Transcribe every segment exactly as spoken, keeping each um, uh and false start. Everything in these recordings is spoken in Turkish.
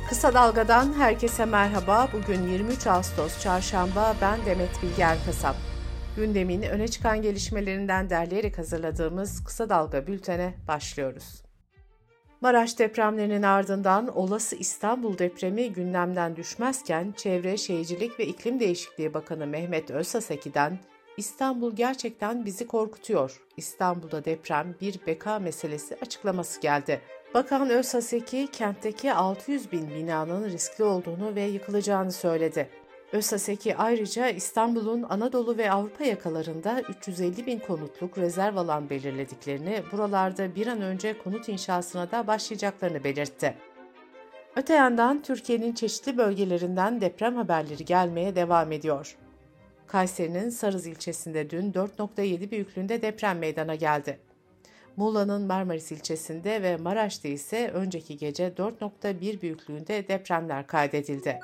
Kısa Dalga'dan herkese merhaba. Bugün yirmi üç Ağustos Çarşamba. Ben Demet Bilge Erkasap. Gündemin öne çıkan gelişmelerinden derleyerek hazırladığımız Kısa Dalga bültene başlıyoruz. Maraş depremlerinin ardından olası İstanbul depremi gündemden düşmezken Çevre, Şehircilik ve İklim Değişikliği Bakanı Mehmet Özsaseki'den "İstanbul gerçekten bizi korkutuyor. İstanbul'da deprem bir beka meselesi" açıklaması geldi. Bakan Özsaseki, kentteki altı yüz bin binanın riskli olduğunu ve yıkılacağını söyledi. Özsaseki ayrıca İstanbul'un Anadolu ve Avrupa yakalarında üç yüz elli bin konutluk rezerv alan belirlediklerini, buralarda bir an önce konut inşasına da başlayacaklarını belirtti. Öte yandan Türkiye'nin çeşitli bölgelerinden deprem haberleri gelmeye devam ediyor. Kayseri'nin Sarız ilçesinde dün dört nokta yedi büyüklüğünde deprem meydana geldi. Muğla'nın Marmaris ilçesinde ve Maraş'ta ise önceki gece dört nokta bir büyüklüğünde depremler kaydedildi.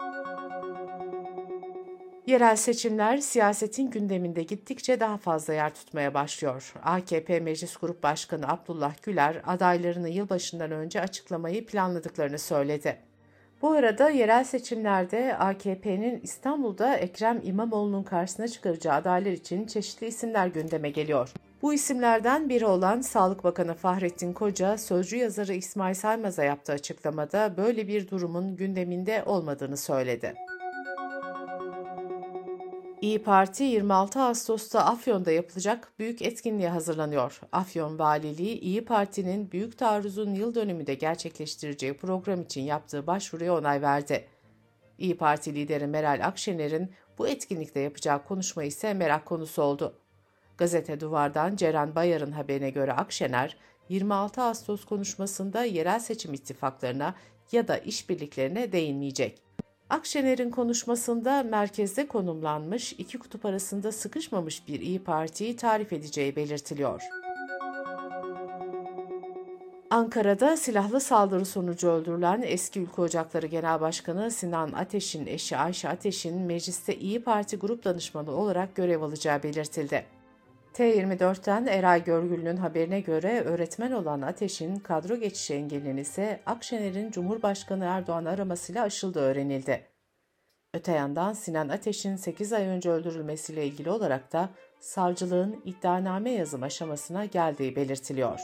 Yerel seçimler siyasetin gündeminde gittikçe daha fazla yer tutmaya başlıyor. A K P Meclis Grup Başkanı Abdullah Güler, adaylarını yılbaşından önce açıklamayı planladıklarını söyledi. Bu arada yerel seçimlerde A K P'nin İstanbul'da Ekrem İmamoğlu'nun karşısına çıkaracağı adaylar için çeşitli isimler gündeme geliyor. Bu isimlerden biri olan Sağlık Bakanı Fahrettin Koca, Sözcü yazarı İsmail Saymaz'a yaptığı açıklamada böyle bir durumun gündeminde olmadığını söyledi. İYİ Parti yirmi altı Ağustos'ta Afyon'da yapılacak büyük etkinliğe hazırlanıyor. Afyon Valiliği, İYİ Parti'nin Büyük Taarruz'un yıl dönümünde gerçekleştireceği program için yaptığı başvuruya onay verdi. İYİ Parti lideri Meral Akşener'in bu etkinlikte yapacağı konuşma ise merak konusu oldu. Gazete Duvar'dan Ceren Bayar'ın haberine göre Akşener, yirmi altı Ağustos konuşmasında yerel seçim ittifaklarına ya da işbirliklerine değinmeyecek. Akşener'in konuşmasında merkezde konumlanmış, iki kutup arasında sıkışmamış bir İYİ Parti'yi tarif edeceği belirtiliyor. Ankara'da silahlı saldırı sonucu öldürülen eski Ülke Ocakları Genel Başkanı Sinan Ateş'in eşi Ayşe Ateş'in mecliste İYİ Parti Grup Danışmanı olarak görev alacağı belirtildi. T yirmi dört'ten Eray Görgül'ün haberine göre öğretmen olan Ateş'in kadro geçişi engelinin ise Akşener'in Cumhurbaşkanı Erdoğan'ı aramasıyla aşıldığı öğrenildi. Öte yandan Sinan Ateş'in sekiz ay önce öldürülmesiyle ilgili olarak da savcılığın iddianame yazım aşamasına geldiği belirtiliyor.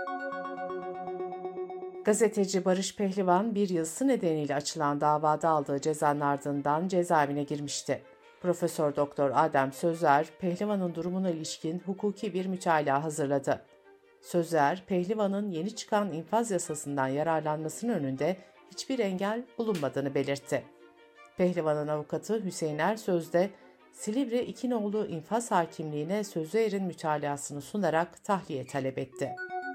Gazeteci Barış Pehlivan bir yazısı nedeniyle açılan davada aldığı cezanın ardından cezaevine girmişti. Profesör Doktor Adem Sözer, Pehlivan'ın durumuna ilişkin hukuki bir mütalaa hazırladı. Sözer, Pehlivan'ın yeni çıkan infaz yasasından yararlanmasının önünde hiçbir engel bulunmadığını belirtti. Pehlivan'ın avukatı Hüseyin Ersöz de Silivri İkinoğlu infaz hakimliğine Sözer'in mütalasını sunarak tahliye talep etti.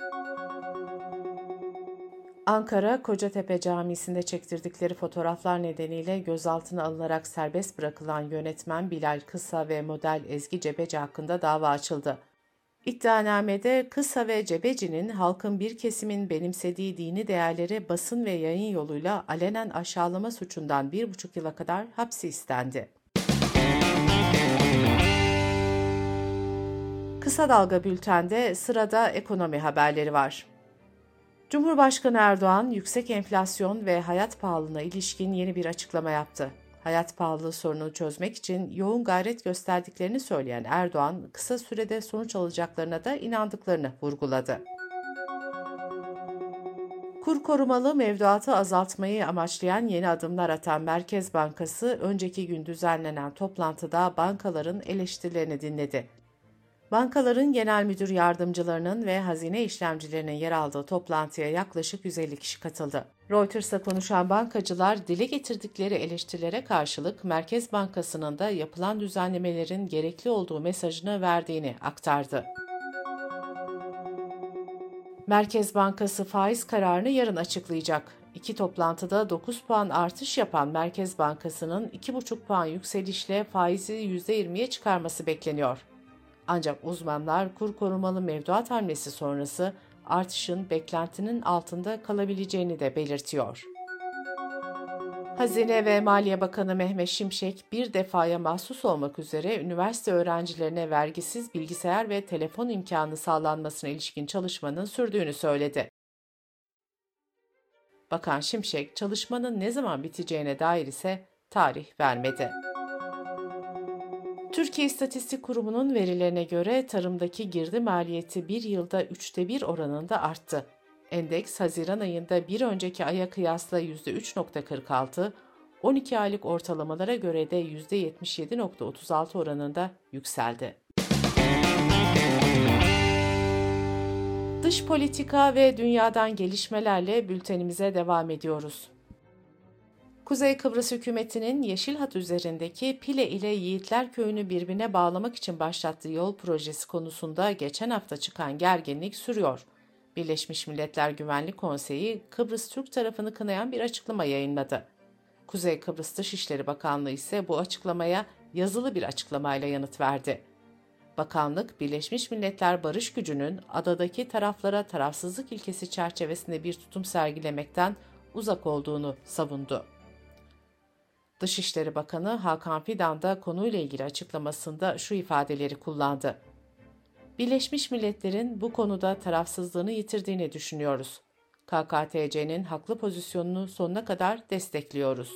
Ankara, Kocatepe Camisi'nde çektirdikleri fotoğraflar nedeniyle gözaltına alınarak serbest bırakılan yönetmen Bilal Kısa ve model Ezgi Cebeci hakkında dava açıldı. İddianamede Kısa ve Cebeci'nin halkın bir kesimin benimsediği dini değerleri basın ve yayın yoluyla alenen aşağılama suçundan bir buçuk yıla kadar hapsi istendi. Kısa Dalga Bülten'de sırada ekonomi haberleri var. Cumhurbaşkanı Erdoğan, yüksek enflasyon ve hayat pahalılığına ilişkin yeni bir açıklama yaptı. Hayat pahalılığı sorununu çözmek için yoğun gayret gösterdiklerini söyleyen Erdoğan, kısa sürede sonuç alacaklarına da inandıklarını vurguladı. Kur korumalı mevduatı azaltmayı amaçlayan yeni adımlar atan Merkez Bankası, önceki gün düzenlenen toplantıda bankaların eleştirilerini dinledi. Bankaların genel müdür yardımcılarının ve hazine işlemcilerinin yer aldığı toplantıya yaklaşık yüz elli kişi katıldı. Reuters'a konuşan bankacılar, dile getirdikleri eleştirilere karşılık Merkez Bankası'nın da yapılan düzenlemelerin gerekli olduğu mesajını verdiğini aktardı. Merkez Bankası faiz kararını yarın açıklayacak. İki toplantıda dokuz puan artış yapan Merkez Bankası'nın iki buçuk puan yükselişle faizi yüzde yirmiye çıkarması bekleniyor. Ancak uzmanlar kur korumalı mevduat hamlesi sonrası artışın beklentinin altında kalabileceğini de belirtiyor. Hazine ve Maliye Bakanı Mehmet Şimşek, bir defaya mahsus olmak üzere üniversite öğrencilerine vergisiz bilgisayar ve telefon imkanı sağlanmasına ilişkin çalışmanın sürdüğünü söyledi. Bakan Şimşek çalışmanın ne zaman biteceğine dair ise tarih vermedi. Türkiye İstatistik Kurumu'nun verilerine göre tarımdaki girdi maliyeti bir yılda üçte bir oranında arttı. Endeks Haziran ayında bir önceki aya kıyasla yüzde üç virgül kırk altı, on iki aylık ortalamalara göre de yüzde yetmiş yedi virgül otuz altı oranında yükseldi. Dış politika ve dünyadan gelişmelerle bültenimize devam ediyoruz. Kuzey Kıbrıs hükümetinin Yeşil Hat üzerindeki Pile ile Yiğitler Köyü'nü birbirine bağlamak için başlattığı yol projesi konusunda geçen hafta çıkan gerginlik sürüyor. Birleşmiş Milletler Güvenlik Konseyi, Kıbrıs Türk tarafını kınayan bir açıklama yayınladı. Kuzey Kıbrıs Dışişleri Bakanlığı ise bu açıklamaya yazılı bir açıklamayla yanıt verdi. Bakanlık, Birleşmiş Milletler barış gücünün adadaki taraflara tarafsızlık ilkesi çerçevesinde bir tutum sergilemekten uzak olduğunu savundu. Dışişleri Bakanı Hakan Fidan da konuyla ilgili açıklamasında şu ifadeleri kullandı. Birleşmiş Milletler'in bu konuda tarafsızlığını yitirdiğini düşünüyoruz. K K T C'nin haklı pozisyonunu sonuna kadar destekliyoruz.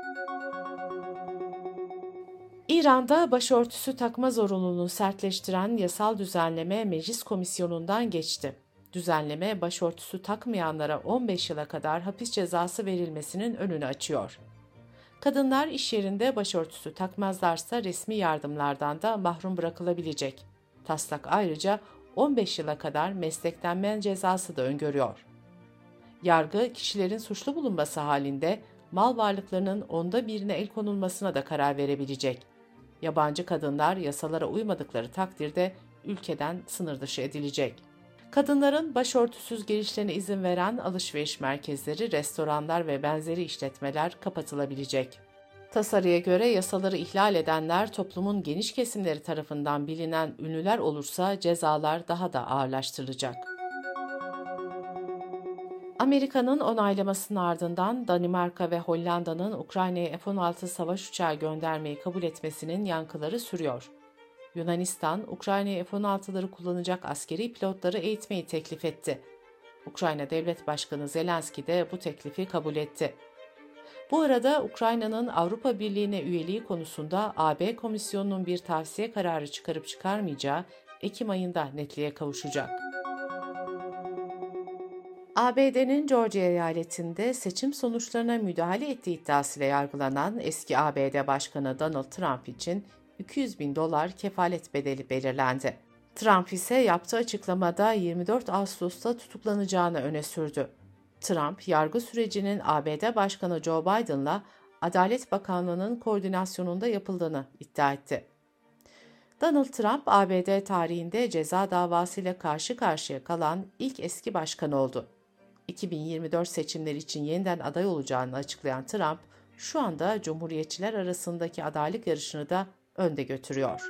İran'da başörtüsü takma zorunluluğunu sertleştiren yasal düzenleme Meclis Komisyonu'ndan geçti. Düzenleme, başörtüsü takmayanlara on beş yıla kadar hapis cezası verilmesinin önünü açıyor. Kadınlar iş yerinde başörtüsü takmazlarsa resmi yardımlardan da mahrum bırakılabilecek. Taslak ayrıca on beş yıla kadar meslekten men cezası da öngörüyor. Yargı, kişilerin suçlu bulunması halinde mal varlıklarının onda birine el konulmasına da karar verebilecek. Yabancı kadınlar yasalara uymadıkları takdirde ülkeden sınır dışı edilecek. Kadınların başörtüsüz girişlerine izin veren alışveriş merkezleri, restoranlar ve benzeri işletmeler kapatılabilecek. Tasarıya göre yasaları ihlal edenler toplumun geniş kesimleri tarafından bilinen ünlüler olursa cezalar daha da ağırlaştırılacak. Amerika'nın onaylamasının ardından Danimarka ve Hollanda'nın Ukrayna'ya F on altı savaş uçağı göndermeyi kabul etmesinin yankıları sürüyor. Yunanistan, Ukrayna'ya F on altıları kullanacak askeri pilotları eğitmeyi teklif etti. Ukrayna Devlet Başkanı Zelenski de bu teklifi kabul etti. Bu arada Ukrayna'nın Avrupa Birliği'ne üyeliği konusunda A B Komisyonu'nun bir tavsiye kararı çıkarıp çıkarmayacağı Ekim ayında netliğe kavuşacak. A B D'nin Georgia eyaletinde seçim sonuçlarına müdahale ettiği iddiasıyla yargılanan eski A B D Başkanı Donald Trump için iki yüz bin dolar kefalet bedeli belirlendi. Trump ise yaptığı açıklamada yirmi dört Ağustos'ta tutuklanacağını öne sürdü. Trump, yargı sürecinin A B D Başkanı Joe Biden'la Adalet Bakanlığı'nın koordinasyonunda yapıldığını iddia etti. Donald Trump, A B D tarihinde ceza davasıyla karşı karşıya kalan ilk eski başkan oldu. iki bin yirmi dört seçimleri için yeniden aday olacağını açıklayan Trump, şu anda Cumhuriyetçiler arasındaki adaylık yarışını da önde götürüyor.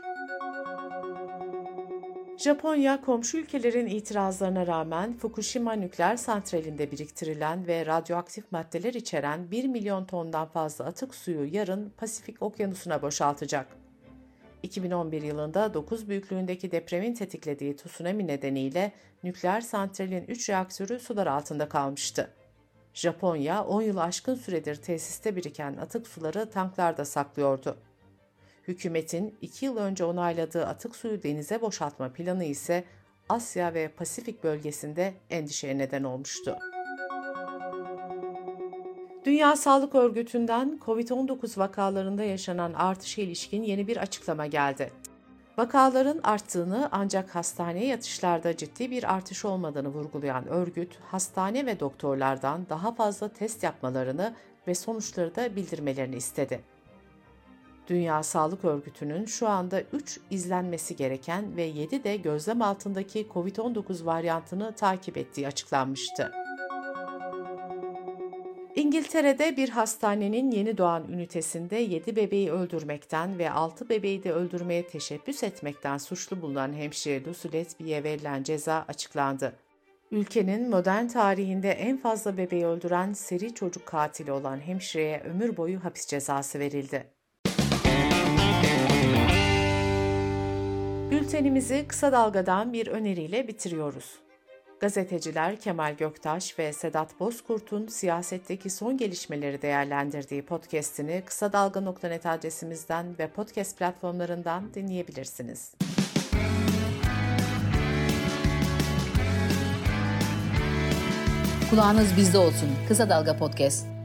Japonya, komşu ülkelerin itirazlarına rağmen Fukushima nükleer santralinde biriktirilen ve radyoaktif maddeler içeren bir milyon tondan fazla atık suyu yarın Pasifik Okyanusu'na boşaltacak. iki bin on bir yılında dokuz büyüklüğündeki depremin tetiklediği tsunami nedeniyle nükleer santralin üç reaktörü sular altında kalmıştı. Japonya, on yılı aşkın süredir tesiste biriken atık suları tanklarda saklıyordu. Hükümetin iki yıl önce onayladığı atık suyu denize boşaltma planı ise Asya ve Pasifik bölgesinde endişeye neden olmuştu. Dünya Sağlık Örgütü'nden kovid on dokuz vakalarında yaşanan artışa ilişkin yeni bir açıklama geldi. Vakaların arttığını ancak hastaneye yatışlarda ciddi bir artış olmadığını vurgulayan örgüt, hastane ve doktorlardan daha fazla test yapmalarını ve sonuçları da bildirmelerini istedi. Dünya Sağlık Örgütü'nün şu anda üç izlenmesi gereken ve yedi de gözlem altındaki kovid on dokuz varyantını takip ettiği açıklanmıştı. İngiltere'de bir hastanenin yeni doğan ünitesinde yedi bebeği öldürmekten ve altı bebeği de öldürmeye teşebbüs etmekten suçlu bulunan hemşire Lucy Letby'ye verilen ceza açıklandı. Ülkenin modern tarihinde en fazla bebeği öldüren seri çocuk katili olan hemşireye ömür boyu hapis cezası verildi. Bültenimizi kısa dalgadan bir öneriyle bitiriyoruz. Gazeteciler Kemal Göktaş ve Sedat Bozkurt'un siyasetteki son gelişmeleri değerlendirdiği podcast'ini kısa dalga nokta net adresimizden ve podcast platformlarından dinleyebilirsiniz. Kulağınız bizde olsun. Kısa Dalga Podcast.